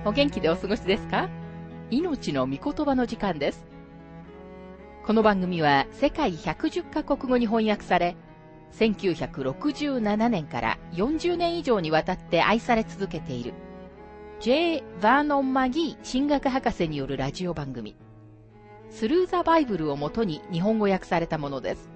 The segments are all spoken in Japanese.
お元気でお過ごしですか？命の御言葉の時間です。この番組は世界110カ国語に翻訳され、1967年から40年以上にわたって愛され続けている J. バーノン・マギー神学博士によるラジオ番組、スルー・ザ・バイブルをもとに日本語訳されたものです。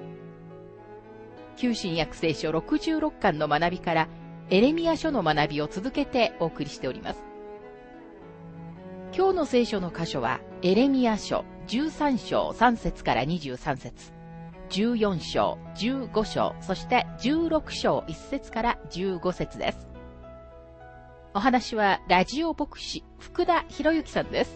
旧新約聖書66巻の学びからエレミヤ書の学びを続けてお送りしております。今日の聖書の箇所はエレミヤ書13章3節から23節、14章、15章、そして16章1節から15節です。お話はラジオ牧師福田博之さんです。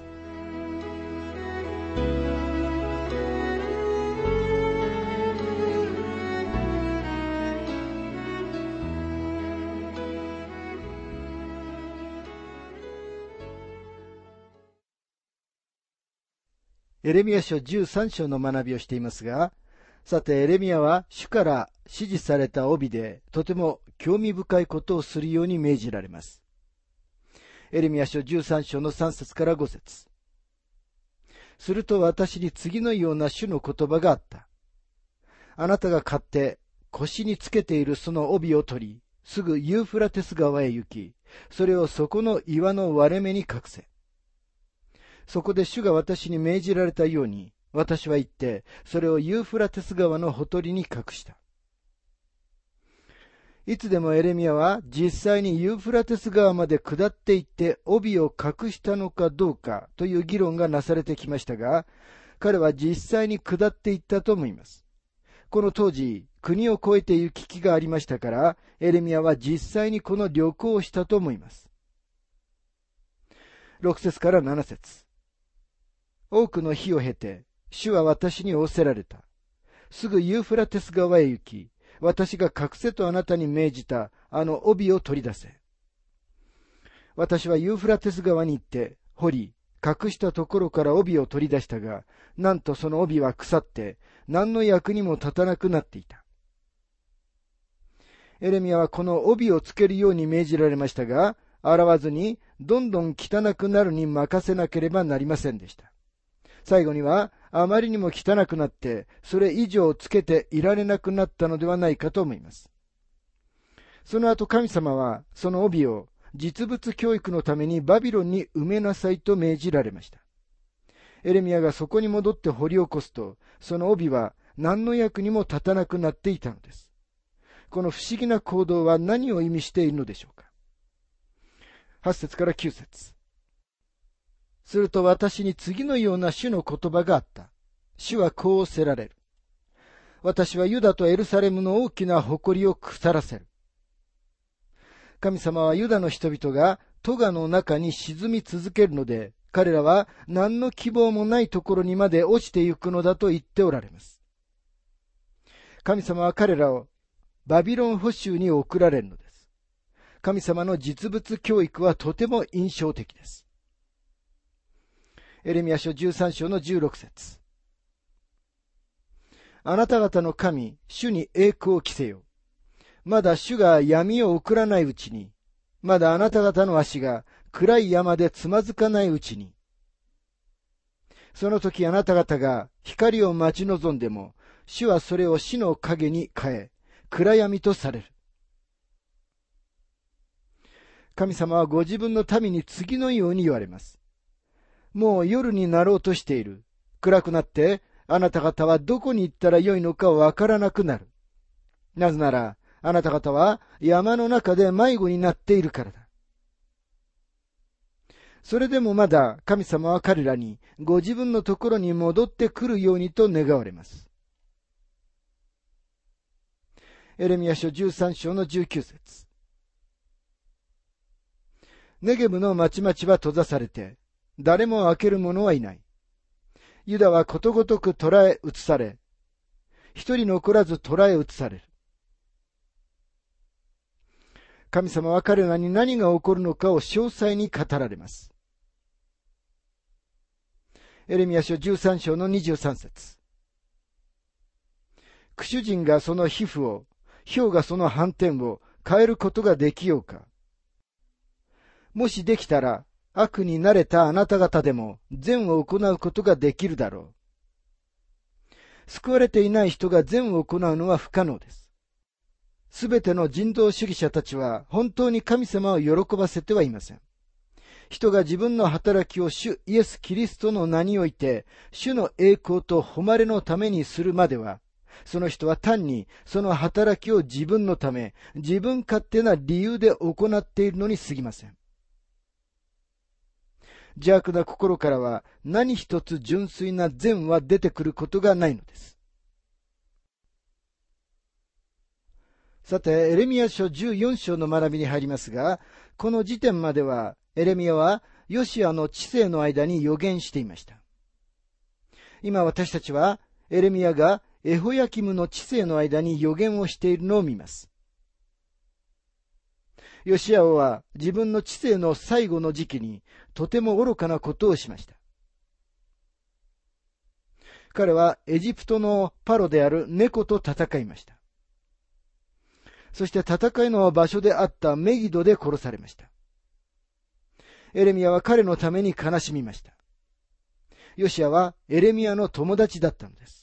エレミヤ書13章の学びをしていますが、さてエレミヤは主から指示された帯でとても興味深いことをするように命じられます。エレミヤ書13章の3節から5節。すると私に次のような主の言葉があった。あなたが買って腰につけているその帯を取り、すぐユーフラテス川へ行き、それをそこの岩の割れ目に隠せ。そこで主が私に命じられたように、私は行って、それをユーフラテス川のほとりに隠した。いつでもエレミヤは実際にユーフラテス川まで下って行って帯を隠したのかどうかという議論がなされてきましたが、彼は実際に下って行ったと思います。この当時、国を越えて行き来がありましたから、エレミヤは実際にこの旅行をしたと思います。6節から7節。多くの日を経て、主は私に仰せられた。すぐユーフラテス川へ行き、私が隠せとあなたに命じたあの帯を取り出せ。私はユーフラテス川に行って、掘り、隠したところから帯を取り出したが、なんとその帯は腐って、何の役にも立たなくなっていた。エレミヤはこの帯をつけるように命じられましたが、洗わずにどんどん汚くなるに任せなければなりませんでした。最後にはあまりにも汚くなってそれ以上つけていられなくなったのではないかと思います。その後神様はその帯を実物教育のためにバビロンに埋めなさいと命じられました。エレミヤがそこに戻って掘り起こすと、その帯は何の役にも立たなくなっていたのです。この不思議な行動は何を意味しているのでしょうか。8節から9節。すると私に次のような主の言葉があった。主はこうおせられる。私はユダとエルサレムの大きな誇りを腐らせる。神様はユダの人々がトガの中に沈み続けるので、彼らは何の希望もないところにまで落ちてゆくのだと言っておられます。神様は彼らをバビロン捕囚に送られるのです。神様の実物教育はとても印象的です。エレミヤ書13章の16節。あなた方の神、主に栄光を着せよ。まだ主が闇を送らないうちに、まだあなた方の足が暗い山でつまずかないうちに。その時あなた方が光を待ち望んでも、主はそれを死の影に変え、暗闇とされる。神様はご自分の民に次のように言われます。もう夜になろうとしている。暗くなって、あなた方はどこに行ったらよいのかわからなくなる。なぜなら、あなた方は山の中で迷子になっているからだ。それでもまだ神様は彼らにご自分のところに戻ってくるようにと願われます。エレミヤ書13章の19節。ネゲブの町々は閉ざされて、誰も開ける者はいない。ユダはことごとく捕らえ移され、一人残らず捕らえ移される。神様は彼らに何が起こるのかを詳細に語られます。エレミヤ書13章の23節。苦主人がその皮膚を、雹がその斑点を変えることができようか。もしできたら、 悪に慣れたあなた方でも善を行うことができるだろう。救われていない人が善を行うのは不可能です。すべての人道主義者たちは本当に神様を喜ばせてはいません。人が自分の働きを主イエス・キリストの名において、主の栄光と誉れのためにするまでは、その人は単にその働きを自分のため、自分勝手な理由で行っているのに過ぎません。邪悪な心からは何一つ純粋な善は出てくることがないのです。さて、エレミヤ書14章の学びに入りますが、この時点までは、エレミヤはヨシアの治世の間に預言していました。今私たちは、エレミヤがエホヤキムの治世の間に預言をしているのを見ます。ヨシア王は自分の治世の最後の時期にとても愚かなことをしました。彼はエジプトのパロである猫と戦いました。そして戦いの場所であったメギドで殺されました。エレミヤは彼のために悲しみました。ヨシアはエレミヤの友達だったのです。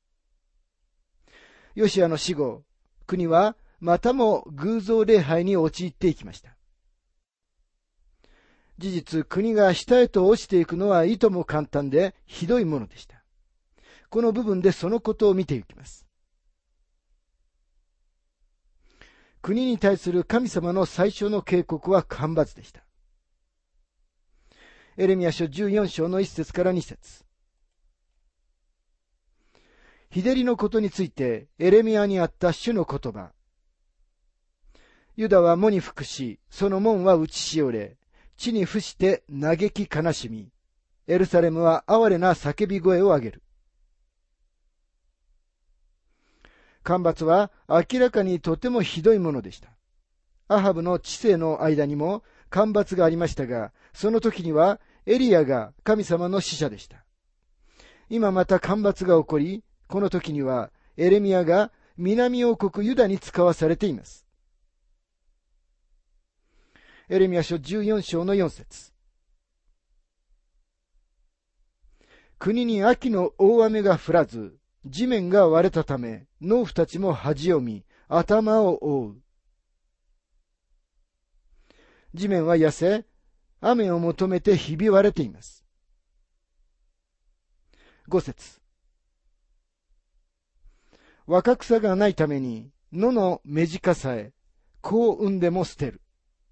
ヨシアの死後、国はまたも偶像礼拝に陥っていきました。事実、国が下へと落ちていくのはいとも簡単でひどいものでした。この部分でそのことを見ていきます。国に対する神様の最初の警告は干ばつでした。エレミヤ書14章の1節から2節。日照りのことについてエレミヤにあった主の言葉。ユダは喪に服し、その門は打ちしおれ、地に伏して嘆き悲しみ、エルサレムは哀れな叫び声を上げる。干ばつは明らかにとてもひどいものでした。アハブの治世の間にも干ばつがありましたが、その時にはエリアが神様の使者でした。今また干ばつが起こり、この時にはエレミヤが南王国ユダに使わされています。エレミヤ書14章の4節。国に秋の大雨が降らず、地面が割れたため、農夫たちも恥を見、頭を覆う。地面は痩せ、雨を求めてひび割れています。5節。若草がないために、野の目近さえ、子を産んでも捨てる。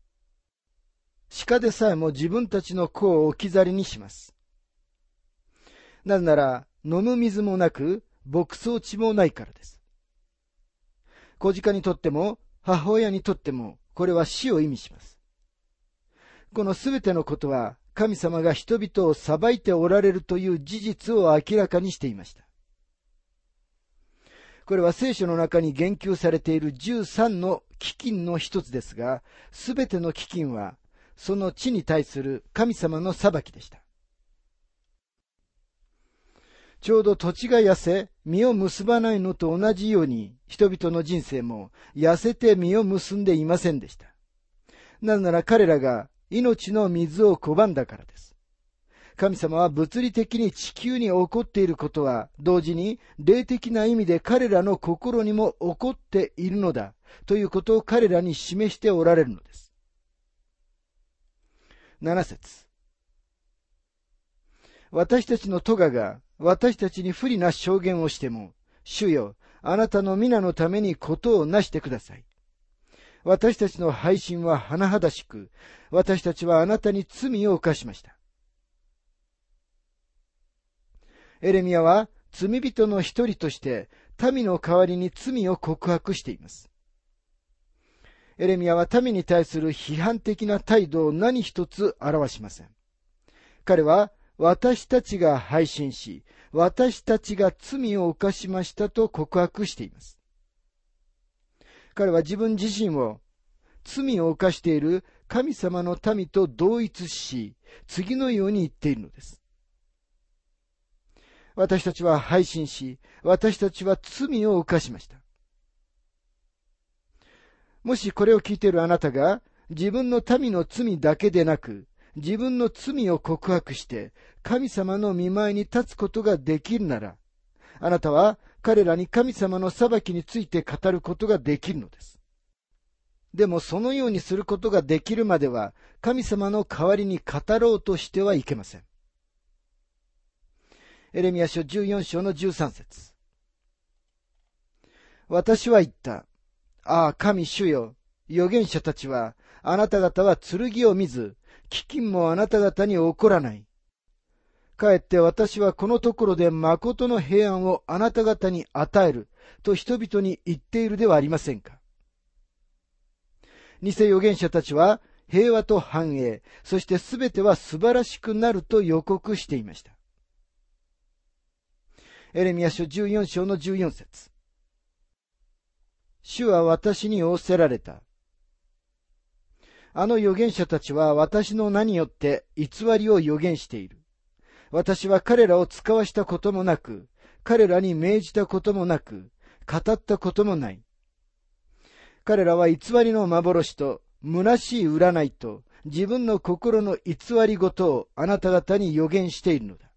鹿でさえも自分たちの子を置き去りにします。なぜなら、飲む水もなく、牧草地もないからです。子鹿にとっても、母親にとっても、これは死を意味します。このすべてのことは、神様が人々を裁いておられるという事実を明らかにしていました。これは聖書の中に言及されている13の飢饉の一つですが、すべての飢饉は、その地に対する神様の裁きでした。ちょうど土地が痩せ、実を結ばないのと同じように、人々の人生も痩せて実を結んでいませんでした。なぜなら彼らが命の水を拒んだからです。神様は物理的に地球に起こっていることは、同時に霊的な意味で彼らの心にも起こっているのだ、ということを彼らに示しておられるのです。7節。私たちの咎が私たちに不利な証言をしても、主よ、あなたの皆のためにことをなしてください。私たちの背信は甚だしく、私たちはあなたに罪を犯しました。エレミヤは罪人の一人として民の代わりに罪を告白しています。エレミヤは民に対する批判的な態度を何一つ表しません。彼は私たちが背信し、私たちが罪を犯しましたと告白しています。彼は自分自身を罪を犯している神様の民と同一し、次のように言っているのです。私たちは背信し、私たちは罪を犯しました。もしこれを聞いているあなたが、自分の民の罪だけでなく、 自分の罪を告白して神様の御前に立つことができるなら、あなたは彼らに神様の裁きについて語ることができるのです。でもそのようにすることができるまでは、神様の代わりに語ろうとしてはいけません。エレミヤ書14章の13節。私は言った。ああ、神主よ、預言者たちは、あなた方は剣を見ず、飢饉もあなた方に起こらない。かえって私はこのところで誠の平安をあなた方に与えると人々に言っているではありませんか。偽預言者たちは平和と繁栄、そしてすべては素晴らしくなると予告していました。エレミヤ書14章の14節。主は私に仰せられた。あの預言者たちは私の名によって偽りを預言している。私は彼らを使わしたこともなく、彼らに命じたこともなく、語ったこともない。彼らは偽りの幻と虚しい占いと自分の心の偽りごとをあなた方に預言しているのだ。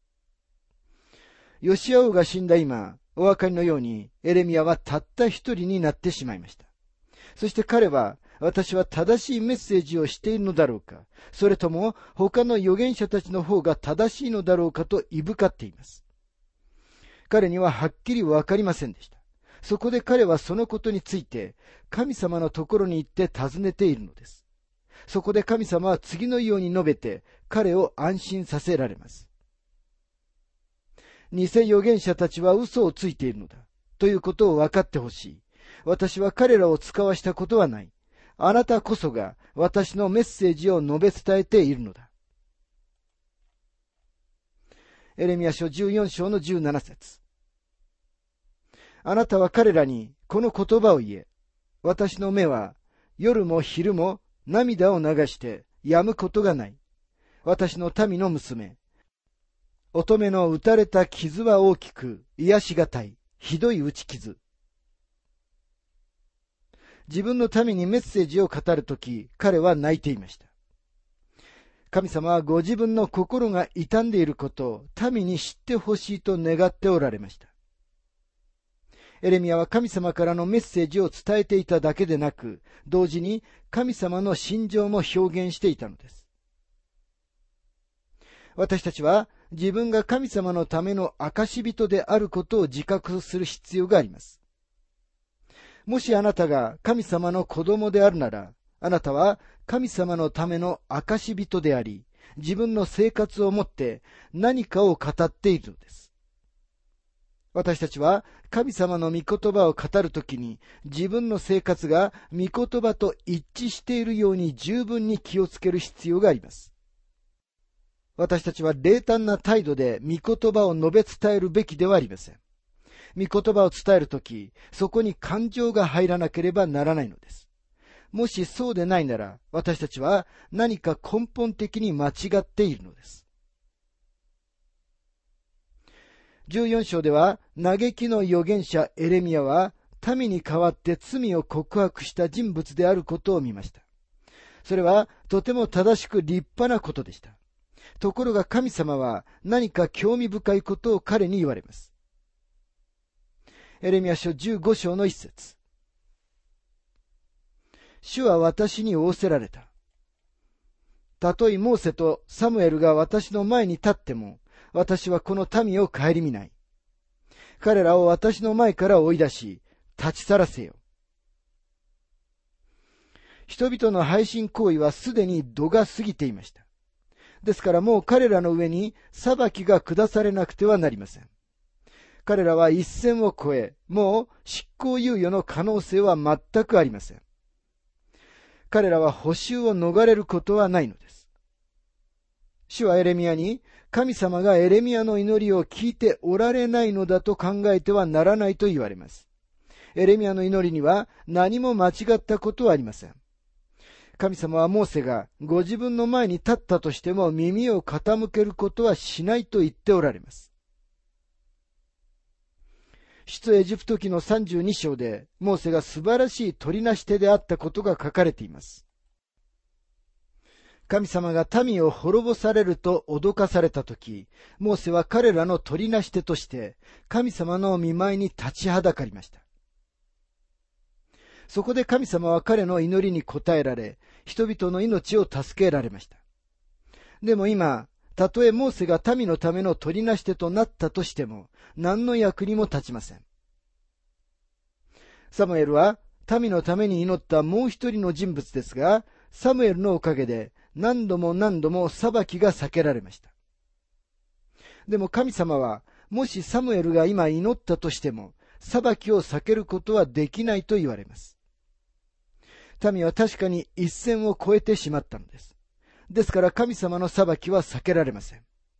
ヨシア王が死んだ今、お分かりのようにエレミヤはたった一人になってしまいました。そして彼は、私は正しいメッセージをしているのだろうか、それとも他の預言者たちの方が正しいのだろうかといぶかっています。彼にははっきりわかりませんでした。そこで彼はそのことについて神様のところに行って尋ねているのです。そこで神様は次のように述べて彼を安心させられます。偽預言者たちは嘘をついているのだということを分かってほしい。私は彼らを使わしたことはない。あなたこそが私のメッセージを述べ伝えているのだ。エレミヤ書14章の17節。あなたは彼らにこの言葉を言え。私の目は夜も昼も涙を流して止むことがない。私の民の娘。乙女の打たれた傷は大きく、癒しがたい、ひどい打ち傷。自分の民にメッセージを語るとき、彼は泣いていました。神様はご自分の心が傷んでいることを民に知ってほしいと願っておられました。エレミヤは神様からのメッセージを伝えていただけでなく、同時に神様の心情も表現していたのです。私たちは自分が神様のための証人であることを自覚する必要があります。もしあなたが神様の子供であるなら、あなたは神様のための証人であり、自分の生活をもって何かを語っているのです。私たちは神様の御言葉を語るときに、自分の生活が御言葉と一致しているように十分に気をつける必要があります。私たちは冷淡な態度で御言葉を述べ伝えるべきではありません。御言葉を伝えるとき、そこに感情が入らなければならないのです。もしそうでないなら、私たちは何か根本的に間違っているのです。14章では、嘆きの預言者エレミヤは、民に代わって罪を告白した人物であることを見ました。それは、とても正しく立派なことでした。ところが神様は何か興味深いことを彼に言われます。エレミヤ書15章の一節。主は私に仰せられた。たとえモーセとサムエルが私の前に立っても、私はこの民を顧みない。彼らを私の前から追い出し、立ち去らせよ。人々の背信行為はすでに度が過ぎていました。ですからもう彼らの上に裁きが下されなくてはなりません。彼らは一線を越え、もう執行猶予の可能性は全くありません。彼らは補修を逃れることはないのです。主はエレミヤに、神様がエレミヤの祈りを聞いておられないのだと考えてはならないと言われます。エレミヤの祈りには何も間違ったことはありません。神様はモーセがご自分の前に立ったとしても耳を傾けることはしないと言っておられます。出エジプト記の32章でモーセが素晴らしい取りなし手であったことが書かれています。 神様が民を滅ぼされると脅かされたとき、モーセは彼らの取りなし手として、神様の御前に立ちはだかりました。そこで神様は彼の祈りに応えられ、人々の命を助けられました。でも今、たとえモーセが民のための取りなし手となったとしても、何の役にも立ちません。サムエルは民のために祈ったもう一人の人物ですが、サムエルのおかげで何度も何度も裁きが避けられました。でも神様は、もしサムエルが今祈ったとしても、裁きを避けることはできないと言われます。民は確かに一線を越えてしまったのです。ですから神様の裁きは避けられません。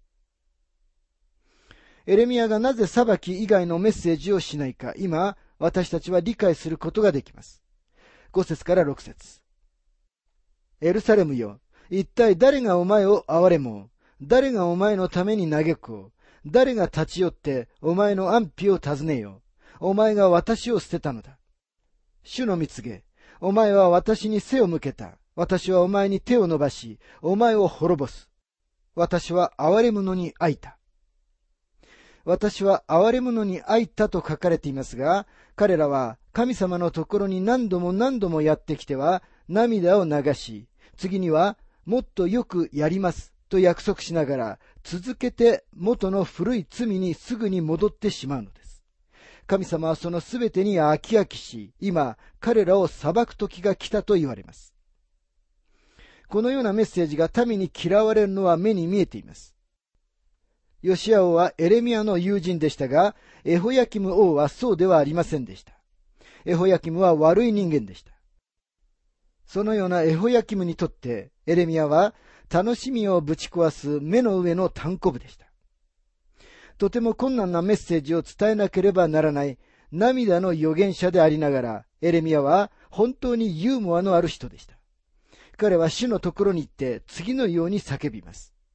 エレミヤがなぜ裁き以外のメッセージをしないか、今、私たちは理解することができます。5節から6節。エルサレムよ、一体誰がお前を憐れもう、誰がお前のために嘆こう、誰が立ち寄ってお前の安否を尋ねよう。お前が私を捨てたのだ。主の蜜げ、お前は私に背を向けた。私はお前に手を伸ばし、お前を滅ぼす。私は憐れむのに愛いた。私は憐れむのに愛いたと書かれていますが、彼らは神様のところに何度も何度もやってきては涙を流し、次にはもっとよくやりますと約束しながら、続けて元の古い罪にすぐに戻ってしまうのです。神様はそのすべてに飽き飽きし、今彼らを裁く時が来たと言われます。このようなメッセージが民に嫌われるのは目に見えています。ヨシア王はエレミヤの友人でしたが、エホヤキム王はそうではありませんでした。エホヤキムは悪い人間でした。そのようなエホヤキムにとって、エレミヤは楽しみをぶち壊す目の上の炭鉱夫でした。とても困難なメッセージを伝えなければならない涙の預言者でありながら、エレミヤは本当にユーモアのある人でした。彼は主のところに行って次のように叫びます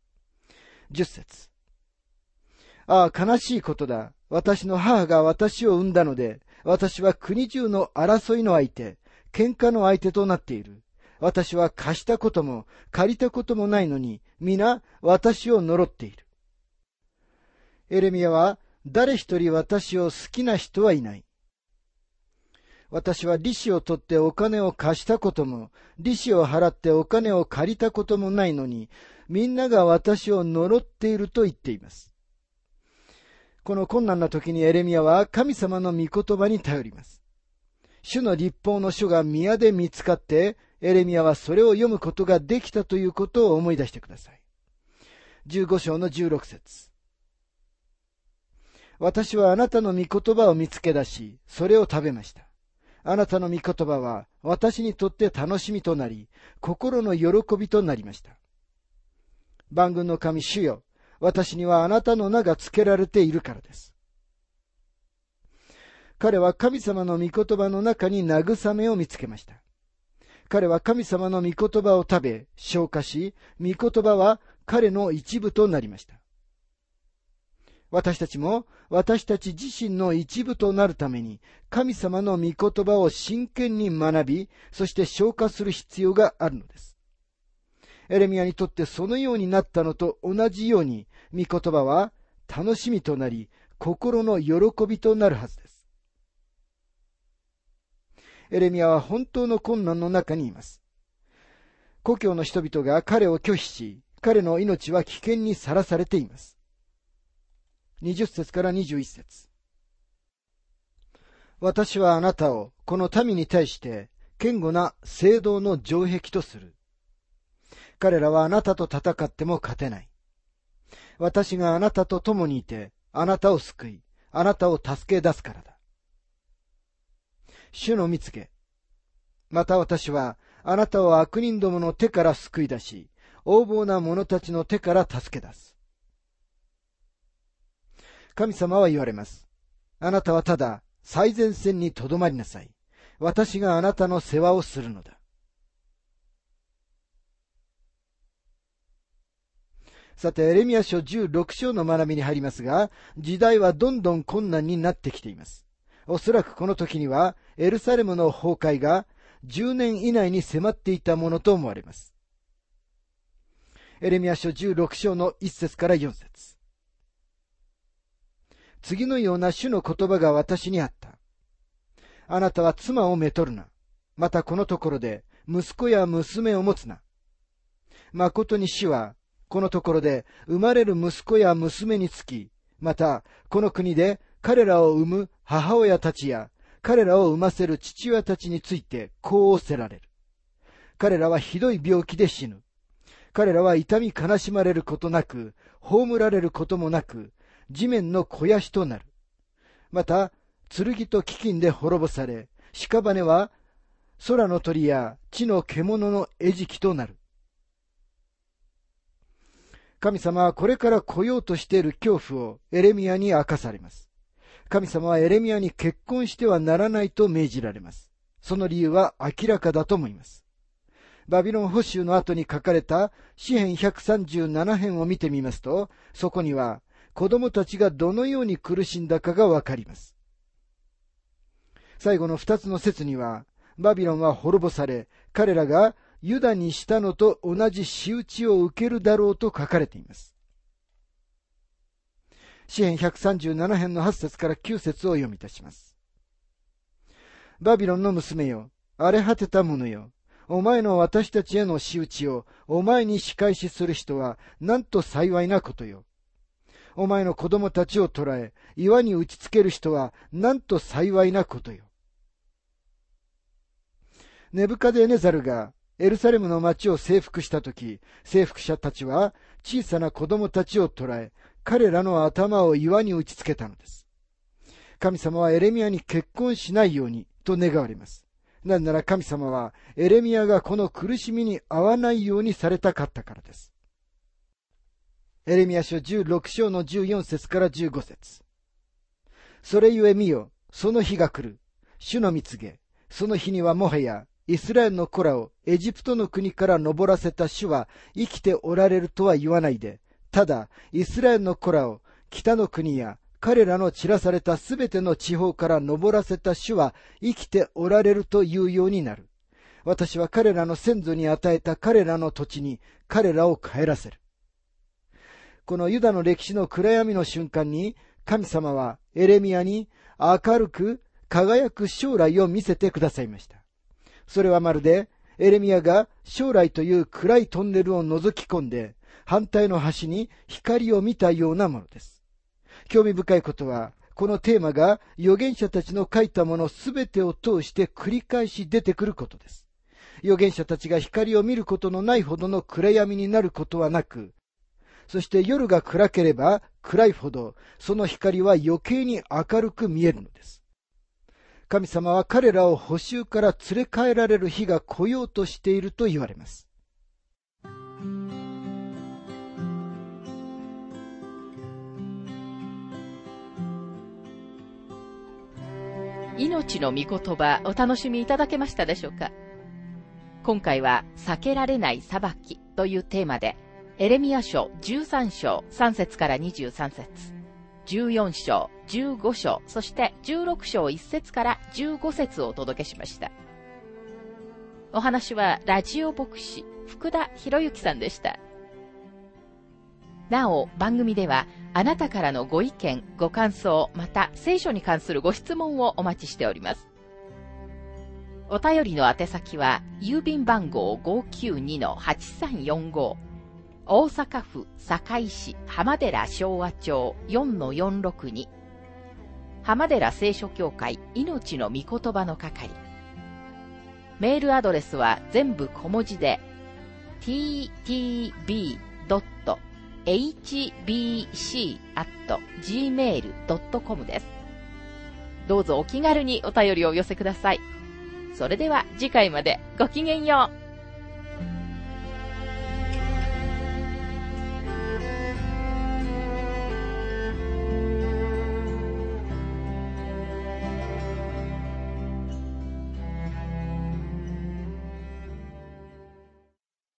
。10節。ああ、悲しいことだ。私の母が私を産んだので、私は国中の争いの相手、喧嘩の相手となっている。私は貸したことも借りたこともないのに、皆私を呪っている。エレミヤは誰一人私を好きな人はいない。私は利子を取ってお金を貸したことも、利子を払ってお金を借りたこともないのに、みんなが私を呪っていると言っています。この困難な時にエレミヤは神様の御言葉に頼ります。主の律法の書が宮で見つかって、エレミヤはそれを読むことができたということを思い出してください。15章の16節。私はあなたの御言葉を見つけ出し、それを食べました。あなたの御言葉は私にとって楽しみとなり、心の喜びとなりました。万軍の神主よ、私にはあなたの名が付けられているからです。彼は神様の御言葉の中に慰めを見つけました。彼は神様の御言葉を食べ、消化し、御言葉は彼の一部となりました。私たちも私たち自身の一部となるために神様の御言葉を真剣に学び、そして消化する必要があるのです。エレミヤにとってそのようになったのと同じように、御言葉は楽しみとなり、心の喜びとなるはずです。エレミヤは本当の困難の中にいます。故郷の人々が彼を拒否し、彼の命は危険にさらされています。20節から21節。私はあなたをこの民に対して堅固な聖堂の城壁とする。彼らはあなたと戦っても勝てない。私があなたと共にいて、あなたを救い、あなたを助け出すからだ。主の蜜げ。また私はあなたを悪人どもの手から救い出し、横暴な者たちの手から助け出す。神様は言われます。あなたはただ最前線にとどまりなさい。私があなたの世話をするのだ。さて、エレミヤ書16章の学びに入りますが、時代はどんどん困難になってきています。おそらくこの時には、エルサレムの崩壊が10年以内に迫っていたものと思われます。 エレミヤ書16章の1節から4節。次のような主の言葉が私にあった。あなたは妻をめとるな。またこのところで息子や娘を持つな。誠に主はこのところで生まれる息子や娘につき、またこの国で彼らを産む母親たちや彼らを産ませる父親たちについてこう仰せられる。彼らはひどい病気で死ぬ。彼らは痛み悲しまれることなく、葬られることもなく、地面の肥やしとなる。また、剣と飢饉で滅ぼされ、屍は空の鳥や地の獣の餌食となる。神様はこれから来ようとしている恐怖をエレミヤに明かされます。神様はエレミヤに結婚してはならないと命じられます。その理由は明らかだと思います。バビロン捕囚の後に書かれた詩編137編を見てみますと、そこには子供たちがどのように苦しんだかがわかります。最後の2つの節には、バビロンは滅ぼされ、彼らがユダにしたのと同じ仕打ちを受けるだろうと書かれています。詩編137編の8節から9節を読み出します。バビロンの娘よ、荒れ果てた者よ、お前の私たちへの仕打ちをお前に仕返しする人はなんと幸いなことよ。お前の子供たちを捕らえ、岩に打ちつける人はなんと幸いなことよ。ネブカデネザルがエルサレムの町を征服したとき、征服者たちは小さな子供たちを捕らえ、彼らの頭を岩に打ちつけたのです。神様はエレミヤに結婚しないようにと願われます。なぜなら神様はエレミヤがこの苦しみに遭わないようにされたかったからです。エレミヤ書16章の14節から15節。それゆえ見よ、その日が来る。主の蜜げ。その日にはもはや、イスラエルの子らをエジプトの国から登らせた主は生きておられるとは言わないで、ただ、イスラエルの子らを北の国や彼らの散らされたすべての地方から登らせた主は生きておられるというようになる。私は彼らの先祖に与えた彼らの土地に彼らを帰らせる。このユダの歴史の暗闇の瞬間に、神様はエレミヤに明るく輝く将来を見せてくださいました。それはまるでエレミヤが将来という暗いトンネルを覗き込んで、反対の端に光を見たようなものです。興味深いことは、このテーマが預言者たちの書いたものすべてを通して繰り返し出てくることです。預言者たちが光を見ることのないほどの暗闇になることはなく、そして夜が暗ければ暗いほど、その光は余計に明るく見えるのです。神様は彼らを捕囚から連れ帰られる日が来ようとしていると言われます。 命の御言葉お楽しみいただけましたでしょうか。今回は避けられない裁きというテーマで、エレミヤ書13章3節から23節、14章、15章、そして16章1節から15節をお届けしました。お話はラジオ牧師福田博之さんでした。なお、番組ではあなたからのご意見、ご感想、また聖書に関するご質問をお待ちしております。お便りの宛先は、郵便番号 592-8345、大阪府堺市浜寺昭和町 4-462、浜寺聖書協会命の御言葉の係。メールアドレスは全部小文字で、ttb.hbc@gmail.com です。どうぞお気軽にお便りをお寄せください。それでは次回までごきげんよう。